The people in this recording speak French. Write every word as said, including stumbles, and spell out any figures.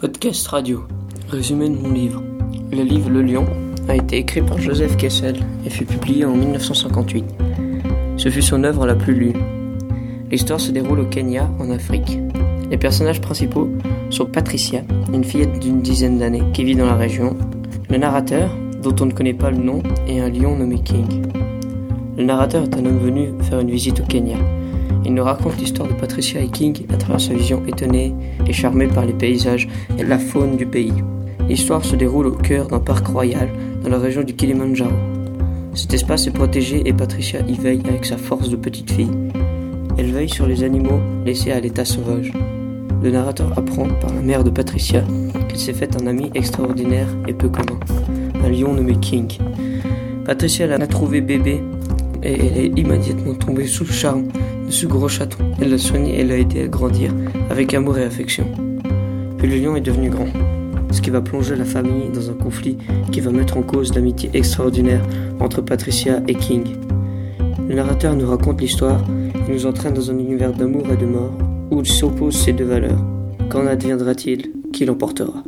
Podcast radio. Résumé de mon livre. Le livre Le Lion a été écrit par Joseph Kessel et fut publié en dix-neuf cent cinquante-huit. Ce fut son œuvre la plus lue. L'histoire se déroule au Kenya, en Afrique. Les personnages principaux sont Patricia, une fillette d'une dizaine d'années qui vit dans la région, le narrateur, dont on ne connaît pas le nom, et un lion nommé King. Le narrateur est un homme venu faire une visite au Kenya. Il nous raconte l'histoire de Patricia et King à travers sa vision étonnée et charmée par les paysages et la faune du pays. L'histoire se déroule au cœur d'un parc royal dans la région du Kilimandjaro. Cet espace est protégé et Patricia y veille avec sa force de petite fille. Elle veille sur les animaux laissés à l'état sauvage. Le narrateur apprend par la mère de Patricia qu'elle s'est fait un ami extraordinaire et peu commun, un lion nommé King. Patricia l'a trouvé bébé et elle est immédiatement tombée sous le charme de ce gros chaton. Elle l'a soigné et l'a aidé à grandir avec amour et affection. Puis le lion est devenu grand, ce qui va plonger la famille dans un conflit qui va mettre en cause l'amitié extraordinaire entre Patricia et King. Le narrateur nous raconte l'histoire et nous entraîne dans un univers d'amour et de mort où s'opposent ces deux valeurs. Qu'en adviendra-t-il? Qui l'emportera?